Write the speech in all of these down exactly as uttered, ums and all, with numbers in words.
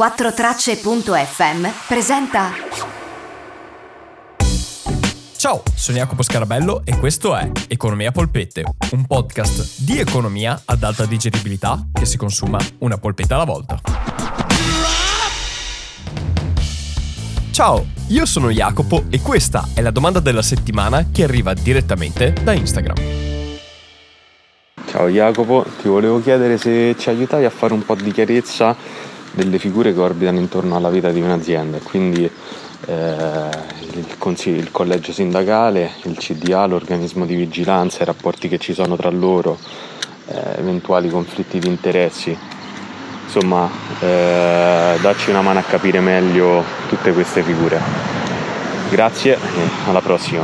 quattro tracce punto effe emme presenta. Ciao, sono Jacopo Scarabello e questo è Economia Polpette, un podcast di economia ad alta digeribilità che si consuma una polpetta alla volta. Ciao, io sono Jacopo e questa è la domanda della settimana che arriva direttamente da Instagram. Ciao Jacopo, ti volevo chiedere se ci aiutavi a fare un po' di chiarezza delle figure che orbitano intorno alla vita di un'azienda, quindi eh, il, consiglio, il collegio sindacale, il C D A, l'organismo di vigilanza, i rapporti che ci sono tra loro, eh, eventuali conflitti di interessi. Insomma, eh, dacci una mano a capire meglio tutte queste figure. Grazie e alla prossima.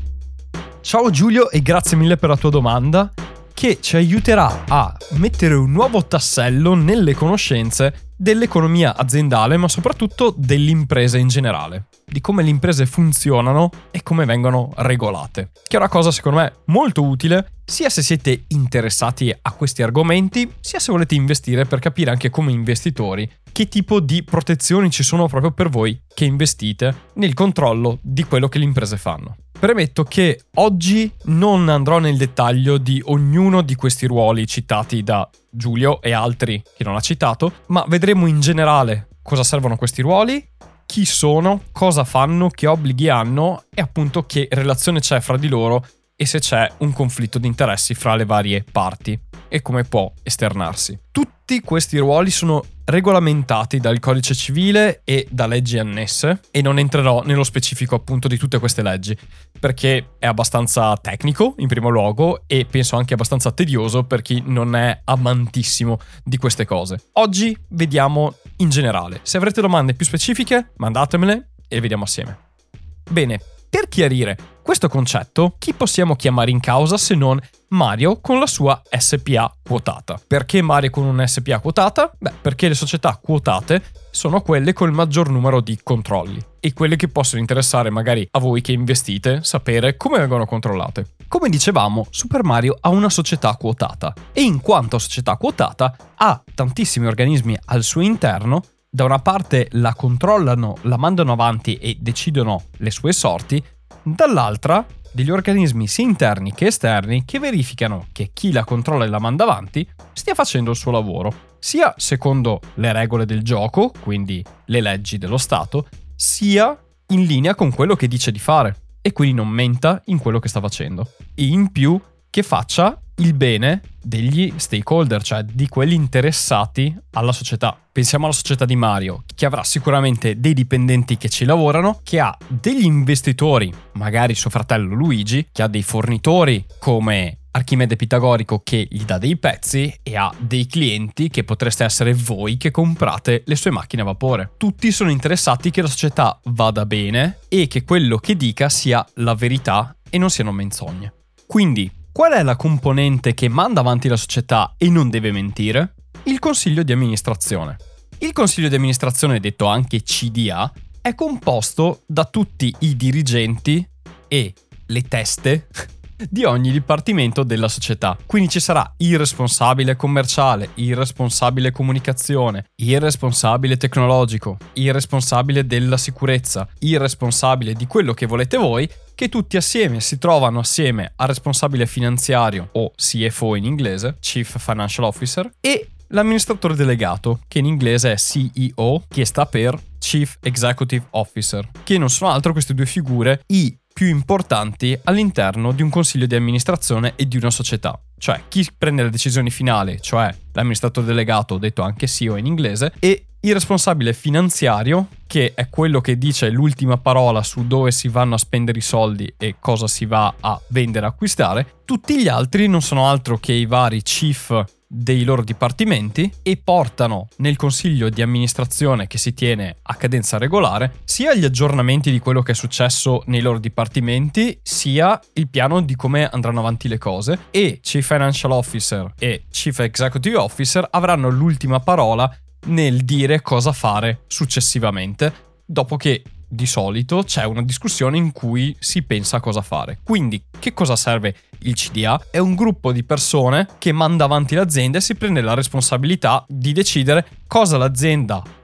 Ciao Giulio e grazie mille per la tua domanda, che ci aiuterà a mettere un nuovo tassello nelle conoscenze dell'economia aziendale, ma soprattutto dell'impresa in generale, di come le imprese funzionano e come vengono regolate, che è una cosa secondo me molto utile sia se siete interessati a questi argomenti, sia se volete investire, per capire anche come investitori che tipo di protezioni ci sono proprio per voi che investite nel controllo di quello che le imprese fanno. Premetto che oggi non andrò nel dettaglio di ognuno di questi ruoli citati da Giulio e altri che non ha citato, ma vedremo in generale cosa servono questi ruoli, chi sono, cosa fanno, che obblighi hanno e appunto che relazione c'è fra di loro e se c'è un conflitto di interessi fra le varie parti e come può esternarsi. Tutti questi ruoli sono regolamentati dal codice civile e da leggi annesse e non entrerò nello specifico appunto di tutte queste leggi perché è abbastanza tecnico in primo luogo e penso anche abbastanza tedioso per chi non è amantissimo di queste cose. Oggi vediamo in generale. Se avrete domande più specifiche mandatemele e le vediamo assieme. Bene, per chiarire questo concetto, chi possiamo chiamare in causa se non Mario con la sua S P A quotata? Perché Mario con una S P A quotata? Beh, perché le società quotate sono quelle col maggior numero di controlli e quelle che possono interessare magari a voi che investite sapere come vengono controllate. Come dicevamo, Super Mario ha una società quotata e in quanto società quotata ha tantissimi organismi al suo interno. Da una parte la controllano, la mandano avanti e decidono le sue sorti, dall'altra degli organismi sia interni che esterni che verificano che chi la controlla e la manda avanti stia facendo il suo lavoro, sia secondo le regole del gioco, quindi le leggi dello Stato, sia in linea con quello che dice di fare e quindi non menta in quello che sta facendo. E in più che faccia il bene degli stakeholder, cioè di quelli interessati alla società. Pensiamo alla società di Mario, che avrà sicuramente dei dipendenti che ci lavorano, che ha degli investitori, magari suo fratello Luigi, che ha dei fornitori come Archimede Pitagorico che gli dà dei pezzi e ha dei clienti che potreste essere voi che comprate le sue macchine a vapore. Tutti sono interessati che la società vada bene e che quello che dica sia la verità e non siano menzogne. Quindi, qual è la componente che manda avanti la società e non deve mentire? Il consiglio di amministrazione. Il consiglio di amministrazione, detto anche C D A, è composto da tutti i dirigenti e le teste di ogni dipartimento della società. Quindi ci sarà il responsabile commerciale, il responsabile comunicazione, il responsabile tecnologico, il responsabile della sicurezza, il responsabile di quello che volete voi, che tutti assieme si trovano assieme al responsabile finanziario o C F O in inglese, Chief Financial Officer, e l'amministratore delegato, che in inglese è C E O, che sta per Chief Executive Officer, che non sono altro queste due figure, i più importanti all'interno di un consiglio di amministrazione e di una società. Cioè chi prende le decisioni finali, cioè l'amministratore delegato, detto anche C E O in inglese, e il responsabile finanziario, che è quello che dice l'ultima parola su dove si vanno a spendere i soldi e cosa si va a vendere e acquistare. Tutti gli altri non sono altro che i vari chief dei loro dipartimenti e portano nel consiglio di amministrazione che si tiene a cadenza regolare sia gli aggiornamenti di quello che è successo nei loro dipartimenti sia il piano di come andranno avanti le cose, e Chief Financial Officer e Chief Executive Officer avranno l'ultima parola nel dire cosa fare successivamente, dopo che di solito c'è una discussione in cui si pensa a cosa fare. Quindi, che cosa serve il C D A? È un gruppo di persone che manda avanti l'azienda e si prende la responsabilità di decidere cosa l'azienda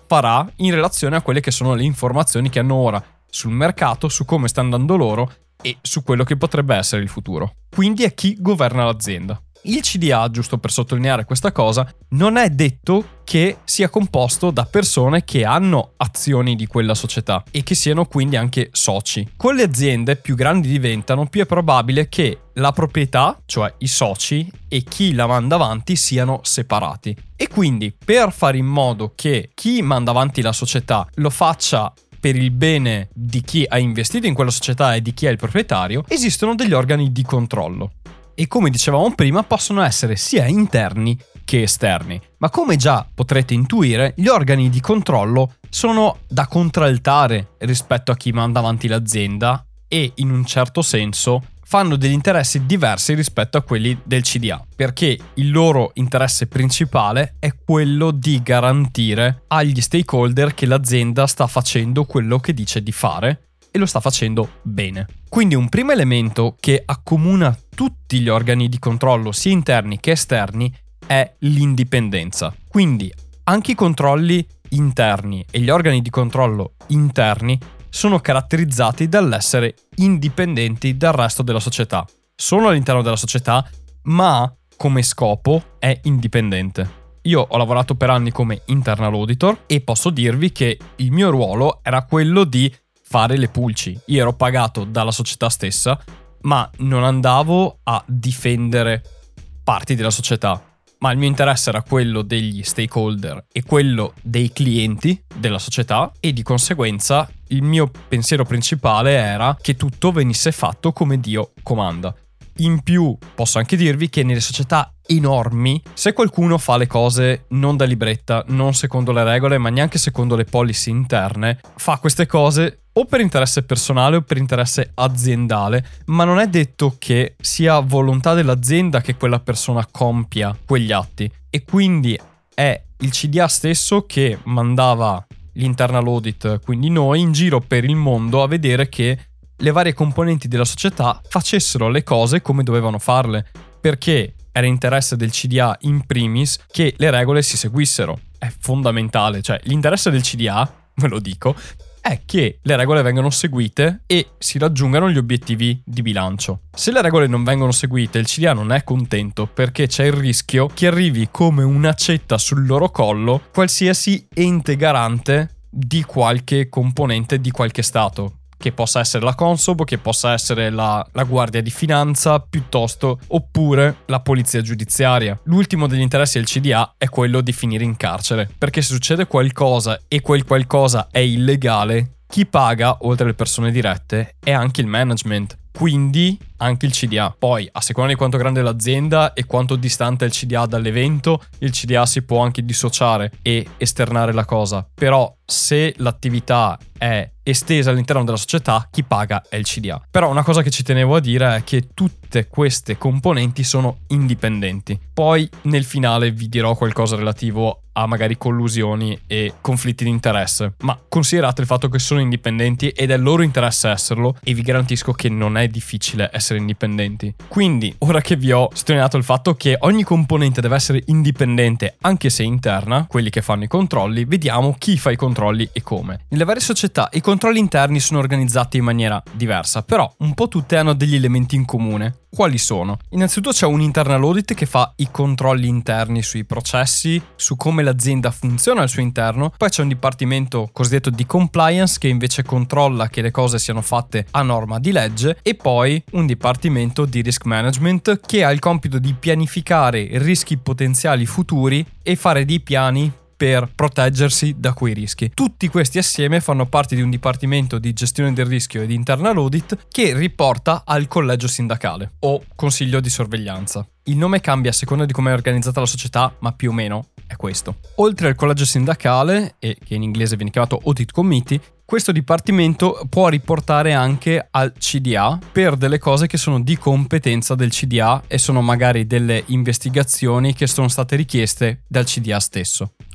farà in relazione a quelle che sono le informazioni che hanno ora sul mercato, su come sta andando loro e su quello che potrebbe essere il futuro. Quindi è chi governa l'azienda. Il C D A, giusto per sottolineare questa cosa, non è detto che sia composto da persone che hanno azioni di quella società e che siano quindi anche soci. Con le aziende più grandi diventano, più è probabile che la proprietà, cioè i soci, e chi la manda avanti siano separati. E quindi, per fare in modo che chi manda avanti la società lo faccia per il bene di chi ha investito in quella società e di chi è il proprietario, esistono degli organi di controllo. E come dicevamo prima, possono essere sia interni che esterni. Ma come già potrete intuire, gli organi di controllo sono da contraltare rispetto a chi manda avanti l'azienda e, in un certo senso, fanno degli interessi diversi rispetto a quelli del C D A, perché il loro interesse principale è quello di garantire agli stakeholder che l'azienda sta facendo quello che dice di fare e lo sta facendo bene. Quindi un primo elemento che accomuna tutti gli organi di controllo, sia interni che esterni, è l'indipendenza. Quindi anche i controlli interni e gli organi di controllo interni sono caratterizzati dall'essere indipendenti dal resto della società. Sono all'interno della società, ma come scopo è indipendente. Io ho lavorato per anni come internal auditor e posso dirvi che il mio ruolo era quello di fare le pulci. Io ero pagato dalla società stessa, ma non andavo a difendere parti della società, ma il mio interesse era quello degli stakeholder e quello dei clienti della società, e di conseguenza il mio pensiero principale era che tutto venisse fatto come Dio comanda. In più posso anche dirvi che nelle società enormi, se qualcuno fa le cose non da libretta, non secondo le regole, ma neanche secondo le policy interne, fa queste cose o per interesse personale o per interesse aziendale, ma non è detto che sia volontà dell'azienda che quella persona compia quegli atti. E quindi è il C D A stesso che mandava l'internal audit, quindi noi, in giro per il mondo a vedere che le varie componenti della società facessero le cose come dovevano farle, perché era interesse del C D A in primis che le regole si seguissero. È fondamentale, cioè l'interesse del C D A, ve lo dico, è che le regole vengano seguite e si raggiungano gli obiettivi di bilancio. Se le regole non vengono seguite, il C D A non è contento, perché c'è il rischio che arrivi come un'accetta sul loro collo qualsiasi ente garante di qualche componente di qualche stato, che possa essere la Consob, che possa essere la, la Guardia di Finanza, piuttosto, oppure la Polizia Giudiziaria. L'ultimo degli interessi del C D A è quello di finire in carcere, perché se succede qualcosa e quel qualcosa è illegale, chi paga, oltre alle persone dirette, è anche il management, quindi anche il C D A. Poi, a seconda di quanto grande è l'azienda e quanto distante è il C D A dall'evento, il C D A si può anche dissociare e esternare la cosa. Però se l'attività è estesa all'interno della società, chi paga è il C D A. Però una cosa che ci tenevo a dire è che tutte queste componenti sono indipendenti. Poi nel finale vi dirò qualcosa relativo a magari collusioni e conflitti di interesse, ma considerate il fatto che sono indipendenti ed è loro interesse esserlo, e vi garantisco che non è difficile essere indipendenti. Quindi, ora che vi ho sottolineato il fatto che ogni componente deve essere indipendente anche se interna, quelli che fanno i controlli, vediamo chi fa i controlli e come. Nelle varie società i controlli interni sono organizzati in maniera diversa, però un po' tutte hanno degli elementi in comune. Quali sono? Innanzitutto c'è un internal audit che fa i controlli interni sui processi, su come l'azienda funziona al suo interno. Poi c'è un dipartimento cosiddetto di compliance che invece controlla che le cose siano fatte a norma di legge, e poi un dipartimento di risk management che ha il compito di pianificare rischi potenziali futuri e fare dei piani per proteggersi da quei rischi. Tutti questi assieme fanno parte di un dipartimento di gestione del rischio e di internal audit che riporta al collegio sindacale o consiglio di sorveglianza. Il nome cambia a seconda di come è organizzata la società, ma più o meno è questo. Oltre al collegio sindacale, e che in inglese viene chiamato audit committee, questo dipartimento può riportare anche al C D A per delle cose che sono di competenza del C D A e sono magari delle investigazioni che sono state richieste dal C D A stesso.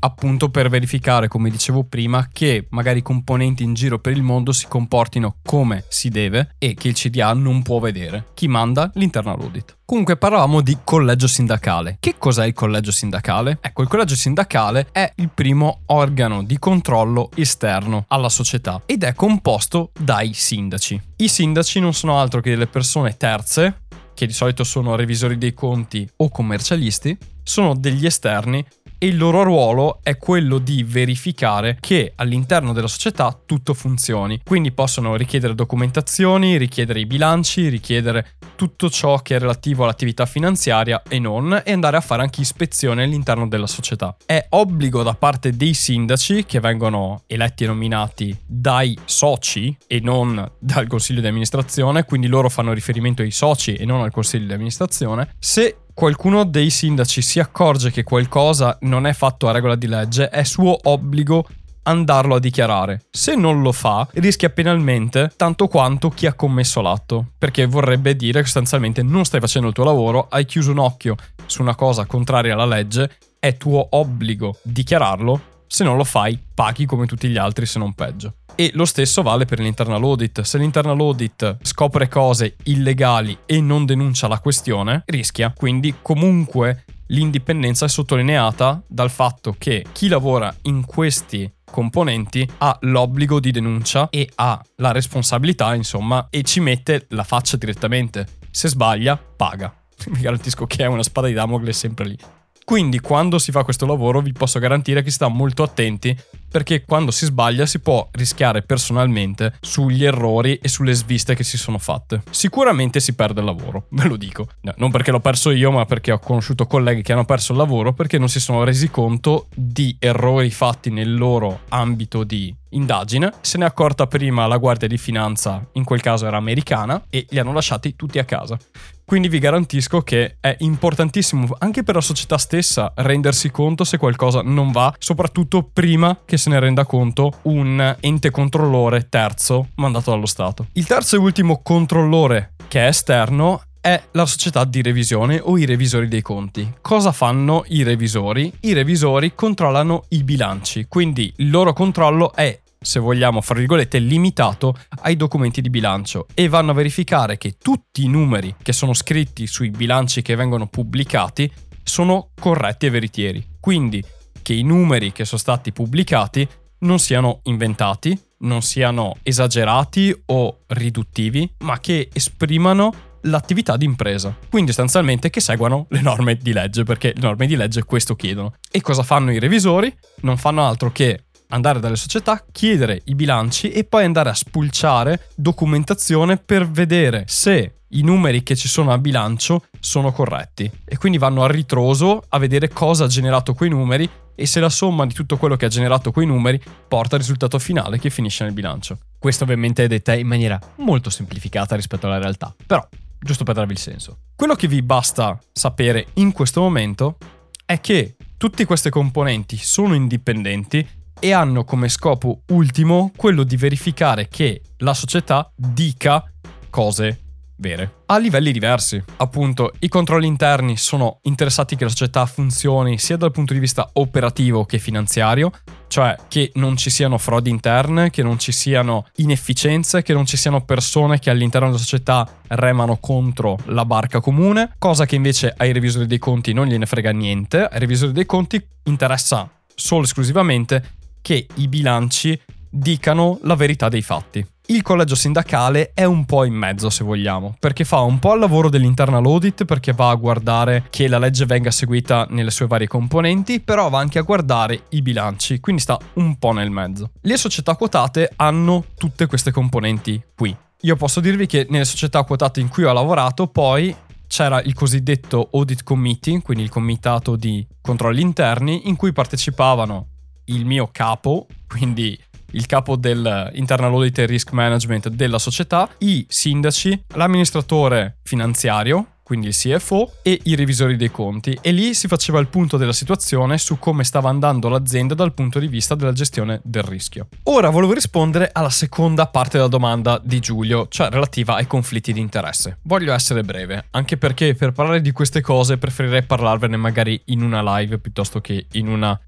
appunto per verificare, come dicevo prima, che magari i componenti in giro per il mondo si comportino come si deve e che il C D A non può vedere. Chi manda? L'internal audit. Comunque parlavamo di collegio sindacale. Che cos'è il collegio sindacale? Ecco, il collegio sindacale è il primo organo di controllo esterno alla società ed è composto dai sindaci. I sindaci non sono altro che delle persone terze, che di solito sono revisori dei conti o commercialisti, sono degli esterni e il loro ruolo è quello di verificare che all'interno della società tutto funzioni. Quindi possono richiedere documentazioni, richiedere i bilanci, richiedere tutto ciò che è relativo all'attività finanziaria e non, e andare a fare anche ispezioni all'interno della società. È obbligo da parte dei sindaci, che vengono eletti e nominati dai soci e non dal consiglio di amministrazione, quindi loro fanno riferimento ai soci e non al consiglio di amministrazione. Se qualcuno dei sindaci si accorge che qualcosa non è fatto a regola di legge, è suo obbligo andarlo a dichiarare. Se non lo fa, rischia penalmente tanto quanto chi ha commesso l'atto, perché vorrebbe dire che sostanzialmente non stai facendo il tuo lavoro, hai chiuso un occhio su una cosa contraria alla legge, è tuo obbligo dichiararlo. Se non lo fai, paghi come tutti gli altri, se non peggio. E lo stesso vale per l'internal audit. Se l'internal audit scopre cose illegali e non denuncia la questione, rischia. Quindi comunque l'indipendenza è sottolineata dal fatto che chi lavora in questi componenti ha l'obbligo di denuncia e ha la responsabilità, insomma, e ci mette la faccia direttamente. Se sbaglia, paga. Vi garantisco che è una spada di Damocle sempre lì. Quindi quando si fa questo lavoro vi posso garantire che si sta molto attenti, perché quando si sbaglia si può rischiare personalmente sugli errori e sulle sviste che si sono fatte. Sicuramente si perde il lavoro, ve lo dico. No, non perché l'ho perso io, ma perché ho conosciuto colleghi che hanno perso il lavoro perché non si sono resi conto di errori fatti nel loro ambito di indagine. Se ne è accorta prima la Guardia di Finanza, in quel caso era americana, e li hanno lasciati tutti a casa. Quindi vi garantisco che è importantissimo anche per la società stessa rendersi conto se qualcosa non va, soprattutto prima che se ne renda conto un ente controllore terzo mandato dallo Stato. Il terzo e ultimo controllore, che è esterno, è la società di revisione o i revisori dei conti. Cosa fanno i revisori? I revisori controllano i bilanci, quindi il loro controllo è, se vogliamo, fra virgolette, limitato ai documenti di bilancio, e vanno a verificare che tutti i numeri che sono scritti sui bilanci che vengono pubblicati sono corretti e veritieri. Quindi che i numeri che sono stati pubblicati non siano inventati, non siano esagerati o riduttivi, ma che esprimano l'attività di impresa. Quindi sostanzialmente che seguano le norme di legge, perché le norme di legge questo chiedono. E cosa fanno i revisori? Non fanno altro che andare dalle società, chiedere i bilanci e poi andare a spulciare documentazione per vedere se i numeri che ci sono a bilancio sono corretti. E quindi vanno a ritroso a vedere cosa ha generato quei numeri e se la somma di tutto quello che ha generato quei numeri porta al risultato finale che finisce nel bilancio. Questo ovviamente è detta in maniera molto semplificata rispetto alla realtà, però giusto per darvi il senso. Quello che vi basta sapere in questo momento è che tutte queste componenti sono indipendenti e hanno come scopo ultimo quello di verificare che la società dica cose vere a livelli diversi. Appunto, i controlli interni sono interessati che la società funzioni sia dal punto di vista operativo che finanziario, cioè che non ci siano frodi interne, che non ci siano inefficienze, che non ci siano persone che all'interno della società remano contro la barca comune, cosa che invece ai revisori dei conti non gliene frega niente. Ai revisori dei conti interessa solo e esclusivamente che i bilanci dicano la verità dei fatti. Il collegio sindacale è un po' in mezzo, se vogliamo, perché fa un po' il lavoro dell'internal audit, perché va a guardare che la legge venga seguita nelle sue varie componenti, però va anche a guardare i bilanci, quindi sta un po' nel mezzo. Le società quotate hanno tutte queste componenti qui. Io posso dirvi che nelle società quotate in cui ho lavorato poi c'era il cosiddetto audit committee, quindi il comitato di controlli interni, in cui partecipavano il mio capo, quindi il capo del Internal Audit e Risk Management della società, i sindaci, l'amministratore finanziario, quindi il C F O, e i revisori dei conti. E lì si faceva il punto della situazione su come stava andando l'azienda dal punto di vista della gestione del rischio. Ora volevo rispondere alla seconda parte della domanda di Giulio, cioè relativa ai conflitti di interesse. Voglio essere breve, anche perché per parlare di queste cose preferirei parlarvene magari in una live piuttosto che in una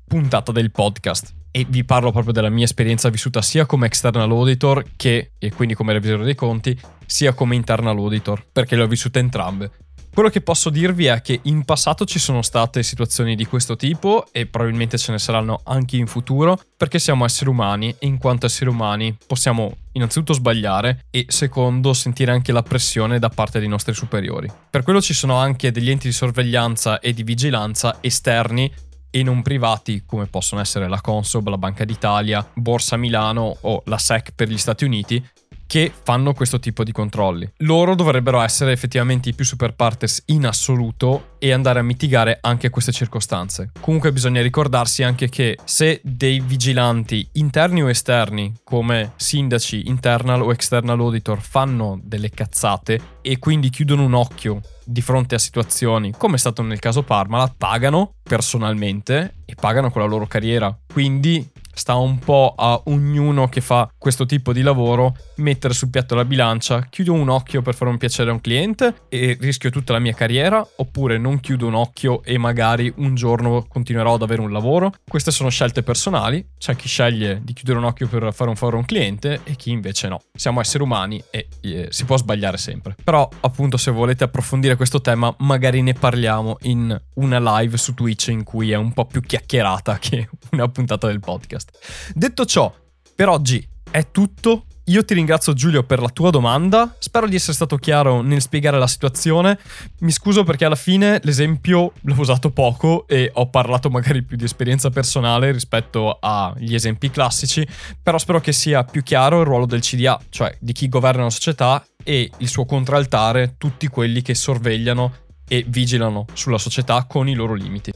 puntata del podcast. E vi parlo proprio della mia esperienza vissuta sia come external auditor che, e quindi come revisore dei conti, sia come internal auditor, perché le ho vissute entrambe. Quello che posso dirvi è che in passato ci sono state situazioni di questo tipo e probabilmente ce ne saranno anche in futuro, perché siamo esseri umani e in quanto esseri umani possiamo innanzitutto sbagliare e secondo sentire anche la pressione da parte dei nostri superiori. Per quello ci sono anche degli enti di sorveglianza e di vigilanza esterni e non privati, come possono essere la Consob, la Banca d'Italia, Borsa Milano o la S E C per gli Stati Uniti, che fanno questo tipo di controlli. Loro dovrebbero essere effettivamente i più super partes in assoluto e andare a mitigare anche queste circostanze. Comunque bisogna ricordarsi anche che se dei vigilanti interni o esterni, come sindaci, internal o external auditor, fanno delle cazzate e quindi chiudono un occhio di fronte a situazioni come è stato nel caso Parmalat, pagano personalmente e pagano con la loro carriera. Quindi sta un po' a ognuno che fa questo tipo di lavoro mettere sul piatto la bilancia: chiudo un occhio per fare un piacere a un cliente e rischio tutta la mia carriera, oppure non chiudo un occhio e magari un giorno continuerò ad avere un lavoro. Queste sono scelte personali, c'è chi sceglie di chiudere un occhio per fare un favore a un cliente e chi invece no. Siamo esseri umani e eh, si può sbagliare sempre. Però appunto, se volete approfondire questo tema magari ne parliamo in una live su Twitch in cui è un po' più chiacchierata che una puntata del podcast. Detto ciò, per oggi è tutto. Io ti ringrazio, Giulio, per la tua domanda. Spero di essere stato chiaro nel spiegare la situazione. Mi scuso perché alla fine l'esempio l'ho usato poco e ho parlato magari più di esperienza personale rispetto agli esempi classici, però spero che sia più chiaro il ruolo del C D A, cioè di chi governa la società, e il suo contraltare, tutti quelli che sorvegliano e vigilano sulla società con i loro limiti.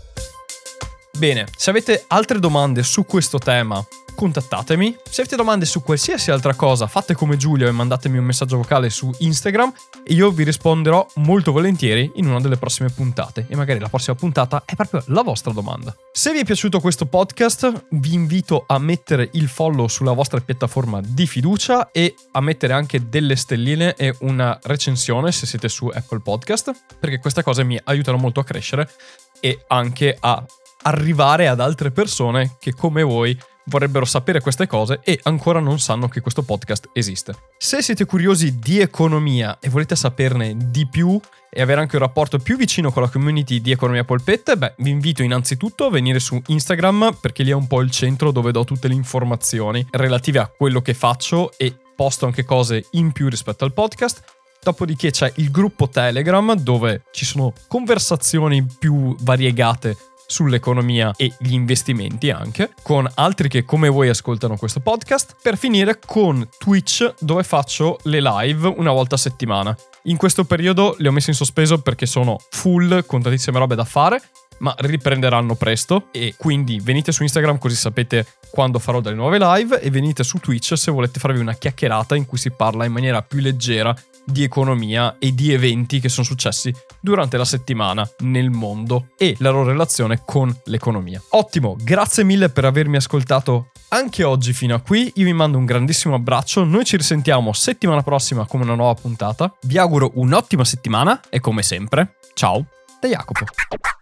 Bene, se avete altre domande su questo tema, contattatemi. Se avete domande su qualsiasi altra cosa, fate come Giulio e mandatemi un messaggio vocale su Instagram e io vi risponderò molto volentieri in una delle prossime puntate. E magari la prossima puntata è proprio la vostra domanda. Se vi è piaciuto questo podcast, vi invito a mettere il follow sulla vostra piattaforma di fiducia e a mettere anche delle stelline e una recensione se siete su Apple Podcast, perché queste cose mi aiutano molto a crescere e anche a arrivare ad altre persone che come voi vorrebbero sapere queste cose e ancora non sanno che questo podcast esiste. Se siete curiosi di economia e volete saperne di più e avere anche un rapporto più vicino con la community di Economia Polpette, beh, vi invito innanzitutto a venire su Instagram, perché lì è un po' il centro dove do tutte le informazioni relative a quello che faccio e posto anche cose in più rispetto al podcast. Dopodiché c'è il gruppo Telegram, dove ci sono conversazioni più variegate sull'economia e gli investimenti anche, con altri che come voi ascoltano questo podcast, per finire con Twitch, dove faccio le live una volta a settimana. In questo periodo le ho messe in sospeso perché sono full con tantissime robe da fare, ma riprenderanno presto e quindi venite su Instagram così sapete quando farò delle nuove live, e venite su Twitch se volete farvi una chiacchierata in cui si parla in maniera più leggera di economia e di eventi che sono successi durante la settimana nel mondo e la loro relazione con l'economia. Ottimo, grazie mille per avermi ascoltato anche oggi fino a qui. Io vi mando un grandissimo abbraccio, noi ci risentiamo settimana prossima con una nuova puntata. Vi auguro un'ottima settimana e come sempre, ciao da Jacopo.